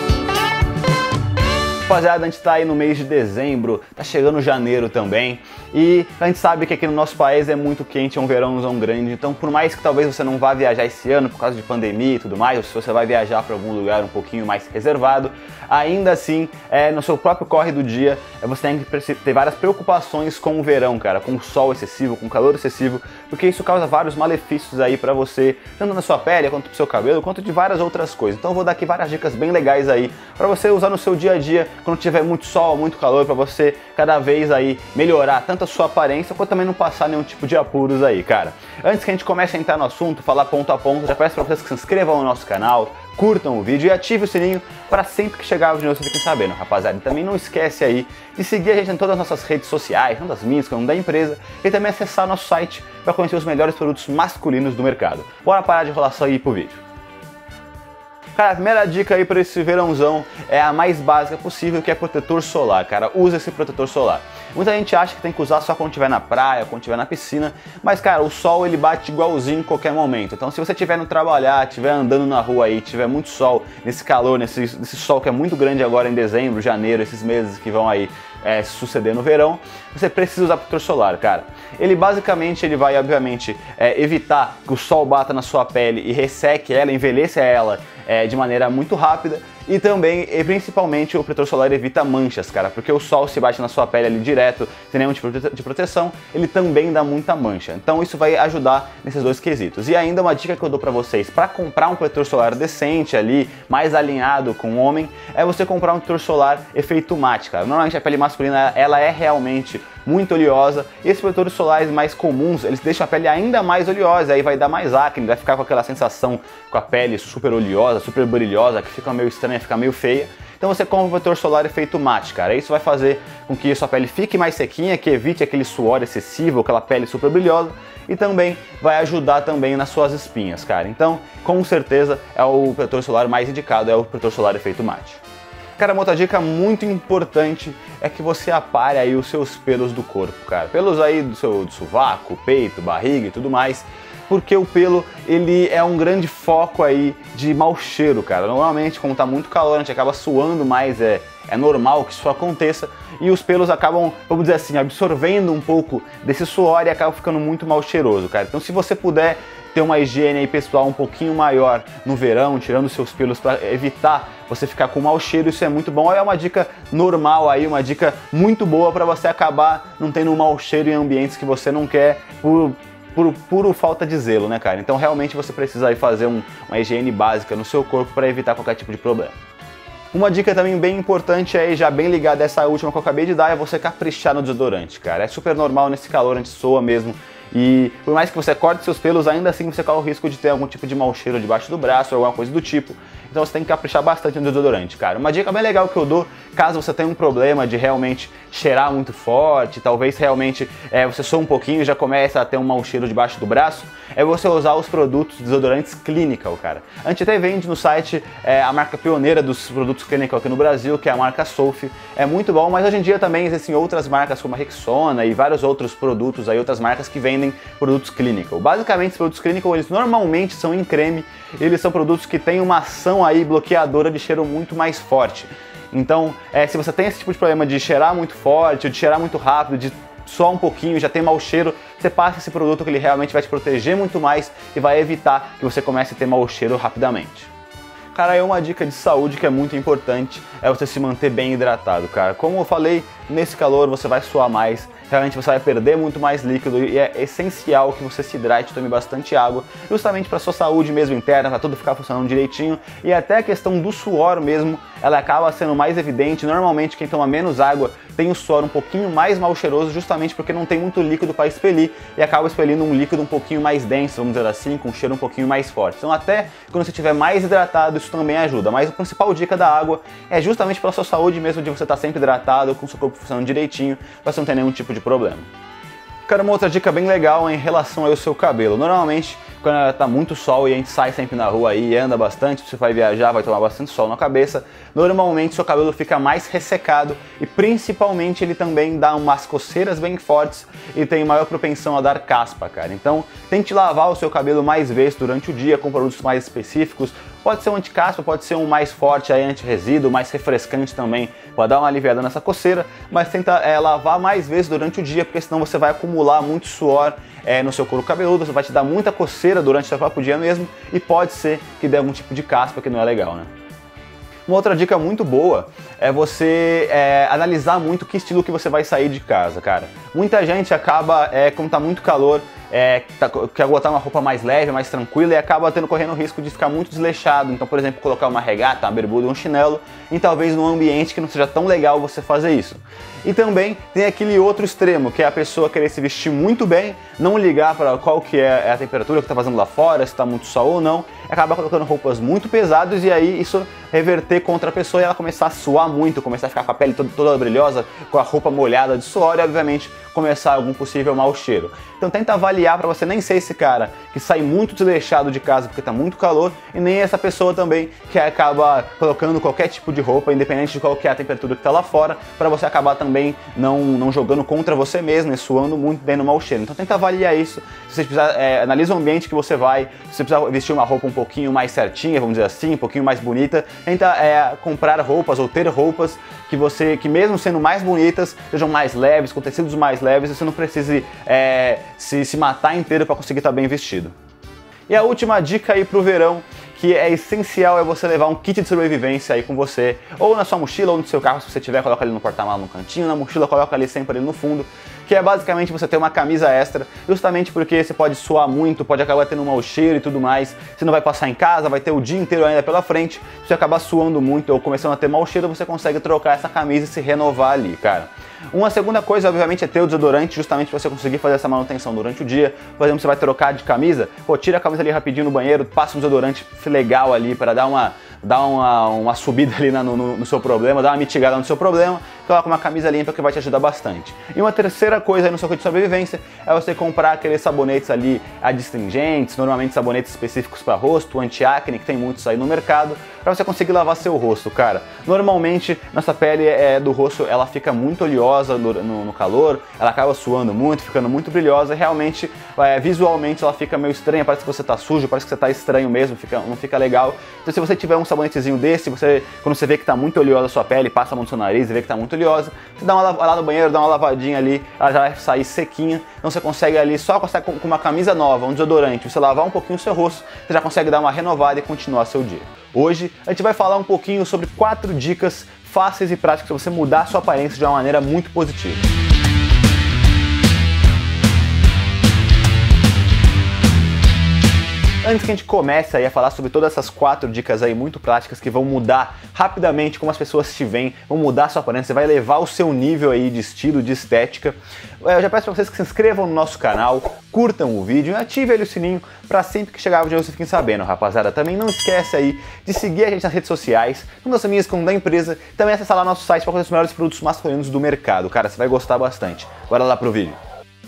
A: Rapaziada, a gente tá aí no mês de dezembro, tá chegando janeiro também, E a gente sabe que aqui no nosso país é muito quente, é um verãozão grande, então por mais que talvez você não vá viajar esse ano por causa de pandemia e tudo mais, ou se você vai viajar para algum lugar um pouquinho mais reservado, ainda assim, é, no seu próprio corre do dia, é, você tem que ter várias preocupações com o verão, cara, com o sol excessivo, com o calor excessivo, porque isso causa vários malefícios aí pra você, tanto na sua pele, quanto pro seu cabelo, quanto de várias outras coisas. Então eu vou dar aqui várias dicas bem legais aí pra você usar no seu dia a dia, quando tiver muito sol, muito calor, pra você cada vez aí melhorar tanto a sua aparência, quanto também não passar nenhum tipo de apuros aí, cara. Antes que a gente comece a entrar no assunto, falar ponto a ponto, já peço pra vocês que se inscrevam no nosso canal, curtam o vídeo e ative o sininho para sempre que chegar o vídeo vocês fiquem sabendo, rapaziada. E também não esquece aí de seguir a gente em todas as nossas redes sociais, tanto das minhas como da empresa, e também acessar nosso site para conhecer os melhores produtos masculinos do mercado. Bora parar de enrolação e ir pro vídeo. Cara, a primeira dica aí para esse verãozão é a mais básica possível, que é protetor solar, cara. Usa esse protetor solar. Muita gente acha que tem que usar só quando estiver na praia, quando estiver na piscina, mas cara, o sol ele bate igualzinho em qualquer momento. Então se você estiver no trabalhar, estiver andando na rua aí, tiver muito sol, nesse calor, nesse, nesse sol que é muito grande agora em dezembro, janeiro, esses meses que vão aí é, suceder no verão, você precisa usar protetor solar, cara. Ele basicamente ele vai, obviamente, é, evitar que o sol bata na sua pele e resseque ela, envelheça ela é, de maneira muito rápida. E também, e principalmente, o protetor solar evita manchas, cara, porque o sol se bate na sua pele ali direto, sem nenhum tipo de proteção, ele também dá muita mancha. Então isso vai ajudar nesses dois quesitos. E ainda uma dica que eu dou pra vocês, para comprar um protetor solar decente ali, mais alinhado com o homem, é você comprar um protetor solar efeito mate, cara. Normalmente a pele masculina, ela é realmente muito oleosa, e esses protetores solares mais comuns, eles deixam a pele ainda mais oleosa, aí vai dar mais acne, vai ficar com aquela sensação com a pele super oleosa, super brilhosa, que fica meio estranha, fica meio feia. Então você compra um protetor solar efeito mate, cara. Isso vai fazer com que a sua pele fique mais sequinha, que evite aquele suor excessivo, aquela pele super brilhosa, e também vai ajudar também nas suas espinhas, cara. Então, com certeza, é o protetor solar mais indicado, é o protetor solar efeito mate. Cara, uma outra dica muito importante é que você apare aí os seus pelos do corpo, cara. Pelos aí do seu do sovaco, peito, barriga e tudo mais, porque o pelo, ele é um grande foco aí de mau cheiro, cara. Normalmente, quando tá muito calor, a gente acaba suando mais, é, é normal que isso aconteça, e os pelos acabam, vamos dizer assim, absorvendo um pouco desse suor e acabam ficando muito mal cheiroso, cara. Então, se você puder ter uma higiene aí pessoal um pouquinho maior no verão, tirando seus pelos para evitar você ficar com mau cheiro, isso é muito bom. É uma dica normal aí, uma dica muito boa para você acabar não tendo um mau cheiro em ambientes que você não quer por, por puro falta de zelo, né, cara? Então realmente você precisa aí fazer um, uma higiene básica no seu corpo para evitar qualquer tipo de problema. Uma dica também bem importante aí, já bem ligada a essa última que eu acabei de dar, é você caprichar no desodorante, cara. É super normal nesse calor, a gente soa mesmo. E por mais que você corte seus pelos, ainda assim você corre o risco de ter algum tipo de mau cheiro debaixo do braço ou alguma coisa do tipo. Então você tem que caprichar bastante no desodorante, cara. Uma dica bem legal que eu dou, caso você tenha um problema de realmente cheirar muito forte, talvez realmente é, você soa um pouquinho e já começa a ter um mau cheiro debaixo do braço, é você usar os produtos desodorantes Clinical, cara. A gente até vende no site é, a marca pioneira dos produtos Clinical aqui no Brasil, que é a marca Sophie. É muito bom, mas hoje em dia também existem outras marcas como a Rexona e vários outros produtos aí, outras marcas que vendem produtos Clinical. Basicamente, os produtos Clinical, eles normalmente são em creme, eles são produtos que têm uma ação aí bloqueadora de cheiro muito mais forte. Então, é, se você tem esse tipo de problema de cheirar muito forte, de cheirar muito rápido, de só um pouquinho, já tem mau cheiro, você passa esse produto que ele realmente vai te proteger muito mais e vai evitar que você comece a ter mau cheiro rapidamente. Cara, aí uma dica de saúde que é muito importante é você se manter bem hidratado, cara. Como eu falei, nesse calor você vai suar mais, realmente você vai perder muito mais líquido e é essencial que você se hidrate, tome bastante água, justamente para sua saúde mesmo interna, para tudo ficar funcionando direitinho, e até a questão do suor mesmo, ela acaba sendo mais evidente. Normalmente quem toma menos água tem o suor um pouquinho mais mal cheiroso, justamente porque não tem muito líquido para expelir e acaba expelindo um líquido um pouquinho mais denso, vamos dizer assim, com um cheiro um pouquinho mais forte. Então até quando você estiver mais hidratado, isso também ajuda, mas a principal dica da água é justamente pela sua saúde mesmo, de você estar sempre hidratado, com o seu corpo funcionando direitinho, para você não ter nenhum tipo de problema. Cara, uma outra dica bem legal em relação ao seu cabelo. Normalmente, quando tá muito sol e a gente sai sempre na rua aí e anda bastante, você vai viajar, vai tomar bastante sol na cabeça, normalmente seu cabelo fica mais ressecado e principalmente ele também dá umas coceiras bem fortes e tem maior propensão a dar caspa, cara. Então, tente lavar o seu cabelo mais vezes durante o dia com produtos mais específicos, Pode ser um anti-caspa, pode ser um mais forte aí, anti-resíduo, mais refrescante também, para dar uma aliviada nessa coceira, mas tenta é, lavar mais vezes durante o dia, porque senão você vai acumular muito suor é, no seu couro cabeludo, você vai te dar muita coceira durante o seu próprio dia mesmo, e pode ser que dê algum tipo de caspa que não é legal, né? Uma outra dica muito boa é você é, analisar muito que estilo que você vai sair de casa, cara. Muita gente acaba, é, quando tá muito calor, é, tá, quer botar uma roupa mais leve, mais tranquila e acaba tendo correndo o risco de ficar muito desleixado. Então, por exemplo, colocar uma regata, uma bermuda, um chinelo, e talvez num ambiente que não seja tão legal você fazer isso. E também tem aquele outro extremo, que é a pessoa querer se vestir muito bem, não ligar para qual que é a temperatura que está fazendo lá fora, se está muito sol ou não, e acabar colocando roupas muito pesadas e aí isso reverter contra a pessoa e ela começar a suar muito, começar a ficar com a pele toda, toda brilhosa, com a roupa molhada de suor e obviamente começar algum possível mau cheiro. Então tenta avaliar para você nem ser esse cara que sai muito desleixado de casa porque está muito calor e nem essa pessoa também que acaba colocando qualquer tipo de roupa, independente de qual que é a temperatura que está lá fora, para você acabar também não, não jogando contra você mesmo e suando muito bem no mau cheiro. Então tenta avaliar isso, se você precisar, é, analisa o ambiente que você vai, se você precisar vestir uma roupa um pouquinho mais certinha, vamos dizer assim, um pouquinho mais bonita, tenta é, comprar roupas ou ter roupas que você, que mesmo sendo mais bonitas, sejam mais leves, com tecidos mais leves, você não precise é, se, se matar inteiro para conseguir estar bem vestido. E a última dica aí pro verão, que é essencial, é você levar um kit de sobrevivência aí com você, ou na sua mochila, ou no seu carro, se você tiver, coloca ali no porta-malas no cantinho, na mochila coloca ali sempre ali no fundo, que é basicamente você ter uma camisa extra, justamente porque você pode suar muito, pode acabar tendo um mau cheiro e tudo mais, você não vai passar em casa, vai ter o dia inteiro ainda pela frente, se você acabar suando muito ou começando a ter mau cheiro, você consegue trocar essa camisa e se renovar ali, cara. Uma segunda coisa, obviamente, é ter o desodorante, justamente para você conseguir fazer essa manutenção durante o dia. Por exemplo, você vai trocar de camisa, pô, tira a camisa ali rapidinho no banheiro, passa um desodorante legal ali para dar uma, dar uma, uma subida ali no, no, no seu problema, dar uma mitigada no seu problema, coloca uma camisa limpa que vai te ajudar bastante. E uma terceira coisa aí no seu kit de sobrevivência é você comprar aqueles sabonetes ali adstringentes, normalmente sabonetes específicos para rosto, anti-acne, que tem muitos aí no mercado, para você conseguir lavar seu rosto, cara. Normalmente, nossa pele é, do rosto, ela fica muito oleosa no, no, no calor, ela acaba suando muito, ficando muito brilhosa, e realmente, é, visualmente, ela fica meio estranha, parece que você tá sujo, parece que você tá estranho mesmo, fica, não fica legal. Então, se você tiver um sabonetezinho desse, você, quando você vê que tá muito oleosa a sua pele, passa a mão no seu nariz e vê que tá muito oleosa, você dá uma lá no banheiro, dá uma lavadinha ali, ela já vai sair sequinha, então você consegue ali, só com uma camisa nova, um desodorante, você lavar um pouquinho o seu rosto, você já consegue dar uma renovada e continuar seu dia. Hoje a gente vai falar um pouquinho sobre quatro dicas fáceis e práticas para você mudar a sua aparência de uma maneira muito positiva. Antes que a gente comece aí a falar sobre todas essas quatro dicas aí muito práticas que vão mudar rapidamente como as pessoas te veem, vão mudar a sua aparência, vai levar o seu nível aí de estilo, de estética, eu já peço para vocês que se inscrevam no nosso canal, curtam o vídeo e ativem ali o sininho para sempre que chegar o vídeo vocês fiquem sabendo, rapaziada. Também não esquece aí de seguir a gente nas redes sociais, tanto das minhas como da empresa, também acessar lá nosso site para conhecer os melhores produtos masculinos do mercado, cara, você vai gostar bastante. Bora lá pro vídeo.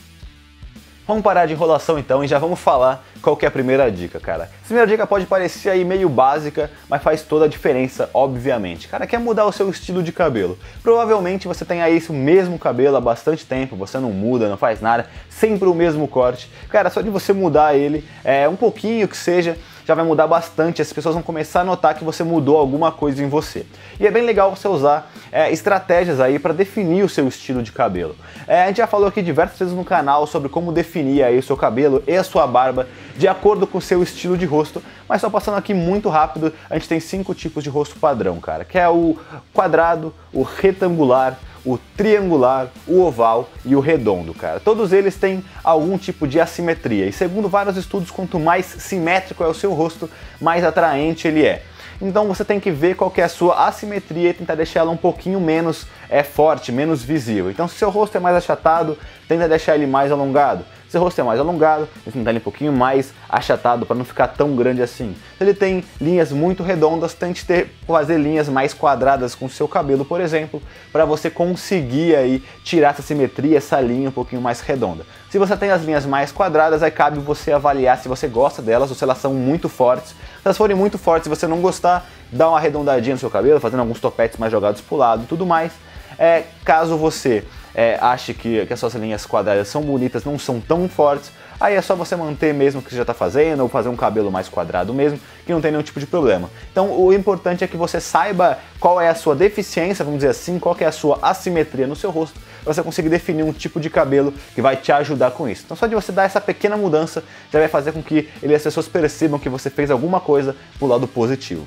A: Vamos parar de enrolação então e já vamos falar qual que é a primeira dica, cara. Essa primeira dica pode parecer aí meio básica, mas faz toda a diferença, obviamente. Cara, quer mudar o seu estilo de cabelo. Provavelmente você tem aí o mesmo cabelo há bastante tempo, você não muda, não faz nada, sempre o mesmo corte. Cara, só de você mudar ele, é, um pouquinho que seja, já vai mudar bastante, as pessoas vão começar a notar que você mudou alguma coisa em você. E é bem legal você usar é, estratégias aí para definir o seu estilo de cabelo. É, a gente já falou aqui diversas vezes no canal sobre como definir aí o seu cabelo e a sua barba de acordo com o seu estilo de rosto, mas só passando aqui muito rápido, a gente tem cinco tipos de rosto padrão, cara, que é o quadrado, o retangular, o triangular, o oval e o redondo, cara. Todos eles têm algum tipo de assimetria e segundo vários estudos, quanto mais simétrico é o seu rosto, mais atraente ele é. Então você tem que ver qual que é a sua assimetria e tentar deixar ela um pouquinho menos é, forte, menos visível. Então se seu rosto é mais achatado, tenta deixar ele mais alongado. Se seu rosto é mais alongado, tenta tentar ele um pouquinho mais achatado para não ficar tão grande assim. Se ele tem linhas muito redondas, tente ter, fazer linhas mais quadradas com o seu cabelo, por exemplo, para você conseguir aí tirar essa simetria, essa linha um pouquinho mais redonda. Se você tem as linhas mais quadradas, aí cabe você avaliar se você gosta delas ou se elas são muito fortes. Se elas forem muito fortes e você não gostar, dá uma arredondadinha no seu cabelo, fazendo alguns topetes mais jogados para o lado e tudo mais. É, caso você é, ache que, que as suas linhas quadradas são bonitas, não são tão fortes, aí é só você manter mesmo o que você já está fazendo, ou fazer um cabelo mais quadrado mesmo, que não tem nenhum tipo de problema. Então o importante é que você saiba qual é a sua deficiência, vamos dizer assim, qual que é a sua assimetria no seu rosto, para você conseguir definir um tipo de cabelo que vai te ajudar com isso. Então só de você dar essa pequena mudança já vai fazer com que ele, as pessoas percebam que você fez alguma coisa pro lado positivo.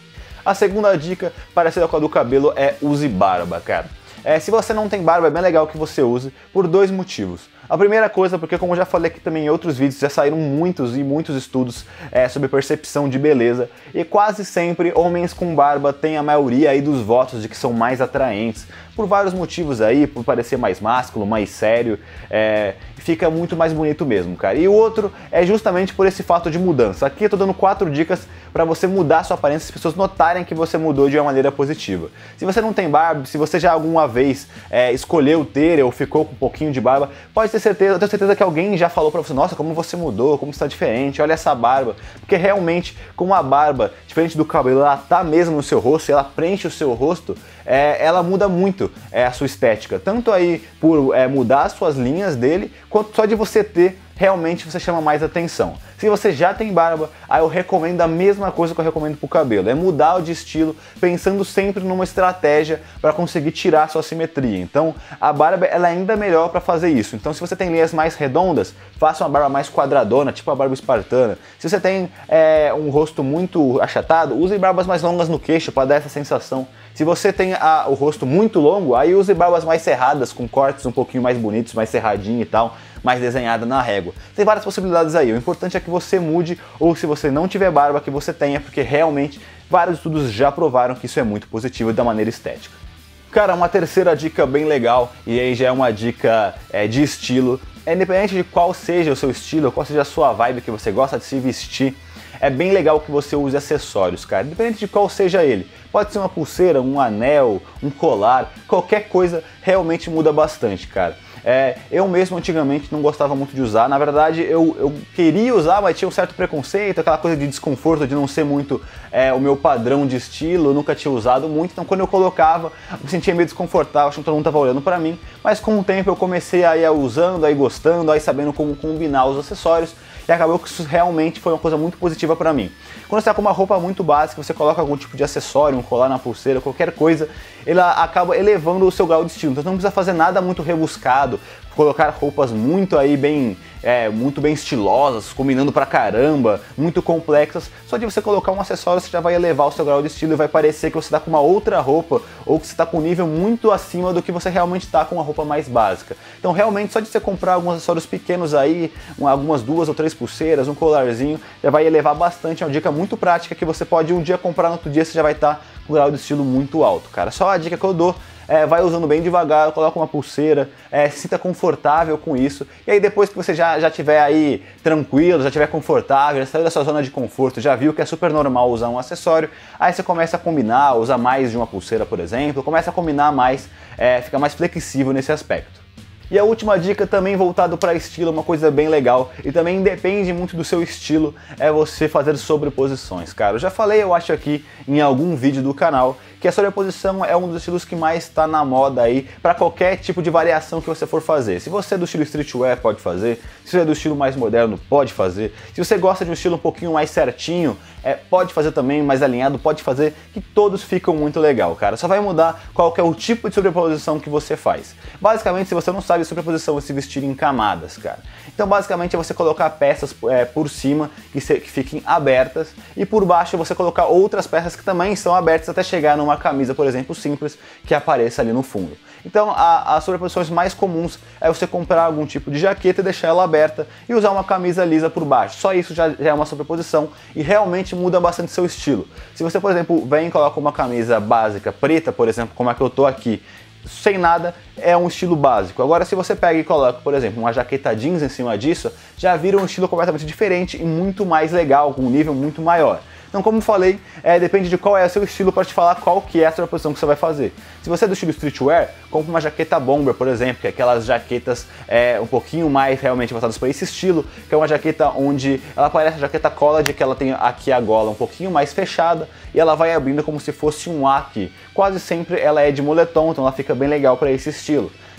A: A segunda dica, parecida com a do cabelo, é use barba, cara. É, se você não tem barba, é bem legal que você use por dois motivos. A primeira coisa, porque como eu já falei aqui também em outros vídeos, já saíram muitos e muitos estudos é, sobre percepção de beleza, e quase sempre homens com barba têm a maioria aí dos votos de que são mais atraentes, por vários motivos aí, por parecer mais másculo, mais sério, é, fica muito mais bonito mesmo, cara. E o outro é justamente por esse fato de mudança. Aqui eu tô dando quatro dicas para você mudar a sua aparência, as pessoas notarem que você mudou de uma maneira positiva. Se você não tem barba, se você já alguma vez é, escolheu ter ou ficou com um pouquinho de barba, pode ter certeza, eu tenho certeza que alguém já falou pra você, nossa, como você mudou, como você tá diferente, olha essa barba. Porque realmente, como a barba, diferente do cabelo, ela tá mesmo no seu rosto, ela preenche o seu rosto, é, ela muda muito é, a sua estética. Tanto aí por é, mudar as suas linhas dele, quanto só de você ter, realmente você chama mais atenção. Se você já tem barba, aí eu recomendo a mesma coisa que eu recomendo pro cabelo, é mudar o de estilo, pensando sempre numa estratégia para conseguir tirar a sua simetria. Então a barba ela é ainda melhor para fazer isso. Então se você tem linhas mais redondas, faça uma barba mais quadradona, tipo a barba espartana. Se você tem é, um rosto muito achatado, use barbas mais longas no queixo para dar essa sensação. Se você tem a, o rosto muito longo, aí use barbas mais cerradas, com cortes um pouquinho mais bonitos, mais cerradinho e tal, mais desenhada na régua. Tem várias possibilidades aí, o importante é que você mude, ou se você não tiver barba, que você tenha, porque realmente vários estudos já provaram que isso é muito positivo da maneira estética. Cara, uma terceira dica bem legal, e aí já é uma dica é, de estilo, é independente de qual seja o seu estilo, qual seja a sua vibe que você gosta de se vestir, é bem legal que você use acessórios, cara, independente de qual seja ele. Pode ser uma pulseira, um anel, um colar, qualquer coisa realmente muda bastante, cara. É, eu mesmo antigamente não gostava muito de usar, na verdade eu, eu queria usar, mas tinha um certo preconceito, aquela coisa de desconforto, de não ser muito é, o meu padrão de estilo, eu nunca tinha usado muito, então quando eu colocava, eu me sentia meio desconfortável, achando que todo mundo estava olhando pra mim, mas com o tempo eu comecei a ir usando, aí gostando, aí sabendo como combinar os acessórios, e acabou que isso realmente foi uma coisa muito positiva pra mim. Quando você tá com uma roupa muito básica, você coloca algum tipo de acessório, um colar na pulseira, qualquer coisa, ela acaba elevando o seu grau de estilo, então você não precisa fazer nada muito rebuscado, colocar roupas muito aí bem, é, muito bem estilosas, combinando pra caramba, muito complexas, só de você colocar um acessório você já vai elevar o seu grau de estilo e vai parecer que você tá com uma outra roupa ou que você tá com um nível muito acima do que você realmente tá com uma roupa mais básica. Então realmente só de você comprar alguns acessórios pequenos aí, algumas duas ou três pulseiras, um colarzinho, já vai elevar bastante, é uma dica muito prática que você pode um dia comprar, no outro dia você já vai estar com um grau de estilo muito alto, cara. Só a dica que eu dou, É, vai usando bem devagar, coloca uma pulseira, é, se sinta confortável com isso, e aí depois que você já, já tiver aí tranquilo, já tiver confortável, já saiu da sua zona de conforto, já viu que é super normal usar um acessório, aí você começa a combinar, usar mais de uma pulseira, por exemplo, começa a combinar mais, é, fica mais flexível nesse aspecto. E a última dica, também voltado para estilo, uma coisa bem legal e também depende muito do seu estilo, é você fazer sobreposições, cara. Eu já falei, eu acho aqui em algum vídeo do canal, que a sobreposição é um dos estilos que mais está na moda aí para qualquer tipo de variação que você for fazer. Se você é do estilo streetwear, pode fazer. Se você é do estilo mais moderno, pode fazer. Se você gosta de um estilo um pouquinho mais certinho, é, pode fazer também, mais alinhado, pode fazer, que todos ficam muito legal, cara. Só vai mudar qual que é o tipo de sobreposição que você faz. Basicamente, se você não sabe, sobreposição é se vestir em camadas, cara. Então, basicamente, é você colocar peças é, por cima que, se, que fiquem abertas e por baixo você colocar outras peças que também são abertas até chegar numa camisa, por exemplo, simples, que apareça ali no fundo. Então, a, as sobreposições mais comuns é você comprar algum tipo de jaqueta e deixar ela aberta e usar uma camisa lisa por baixo. Só isso já, já é uma sobreposição e realmente muda bastante seu estilo. Se você, por exemplo, vem e coloca uma camisa básica preta, por exemplo, como é que eu tô aqui, sem nada, é um estilo básico. Agora, se você pega e coloca, por exemplo, uma jaqueta jeans em cima disso, já vira um estilo completamente diferente e muito mais legal, com um nível muito maior. Então, como falei, é, depende de qual é o seu estilo para te falar qual que é a sobreposição que você vai fazer. Se você é do estilo streetwear, compre uma jaqueta bomber, por exemplo, que é aquelas jaquetas é, um pouquinho mais realmente voltadas para esse estilo, que é uma jaqueta onde ela parece a jaqueta college, que ela tem aqui a gola um pouquinho mais fechada e ela vai abrindo como se fosse um A aqui. Quase sempre ela é de moletom, então ela fica bem legal para esse estilo.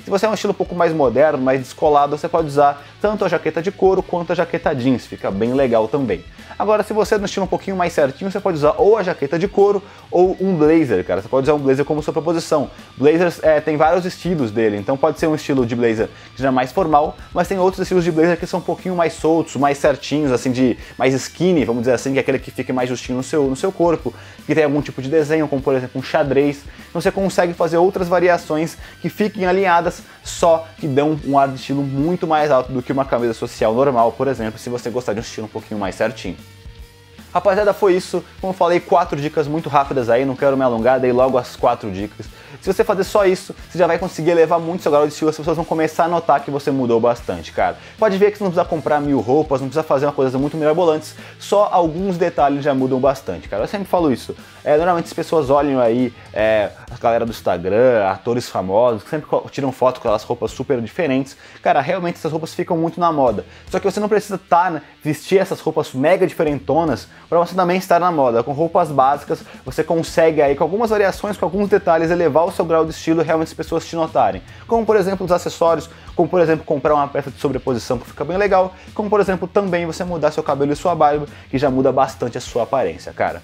A: Se você é um estilo um pouco mais moderno, mais descolado, você pode usar tanto a jaqueta de couro quanto a jaqueta jeans, fica bem legal também. Agora, se você é no estilo um pouquinho mais certinho, você pode usar ou a jaqueta de couro ou um blazer, cara. Você pode usar um blazer como sua proposição. Blazers é, tem vários estilos dele, então pode ser um estilo de blazer que seja mais formal, mas tem outros estilos de blazer que são um pouquinho mais soltos, mais certinhos, assim, de mais skinny, vamos dizer assim, que é aquele que fica mais justinho no seu, no seu corpo, que tem algum tipo de desenho, como por exemplo um xadrez. Então você consegue fazer outras variações que fiquem alinhadas, só que dão um ar de estilo muito mais alto do que uma camisa social normal, por exemplo, se você gostar de um estilo um pouquinho mais certinho. Rapaziada, foi isso. Como eu falei, quatro dicas muito rápidas aí, não quero me alongar, dei logo as quatro dicas. Se você fazer só isso, você já vai conseguir elevar muito seu grau de estilo, as pessoas vão começar a notar que você mudou bastante, cara. Pode ver que você não precisa comprar mil roupas, não precisa fazer uma coisa muito mirabolantes, só alguns detalhes já mudam bastante, cara. Eu sempre falo isso. É, normalmente as pessoas olham aí, é, a galera do Instagram, atores famosos, que sempre tiram foto com aquelas roupas super diferentes. Cara, realmente essas roupas ficam muito na moda. Só que você não precisa tá, né, vestir essas roupas mega diferentonas para você também estar na moda. Com roupas básicas, você consegue aí, com algumas variações, com alguns detalhes, elevar o seu grau de estilo e realmente as pessoas te notarem. Como, por exemplo, os acessórios, como, por exemplo, comprar uma peça de sobreposição que fica bem legal, como, por exemplo, também você mudar seu cabelo e sua barba, que já muda bastante a sua aparência, cara.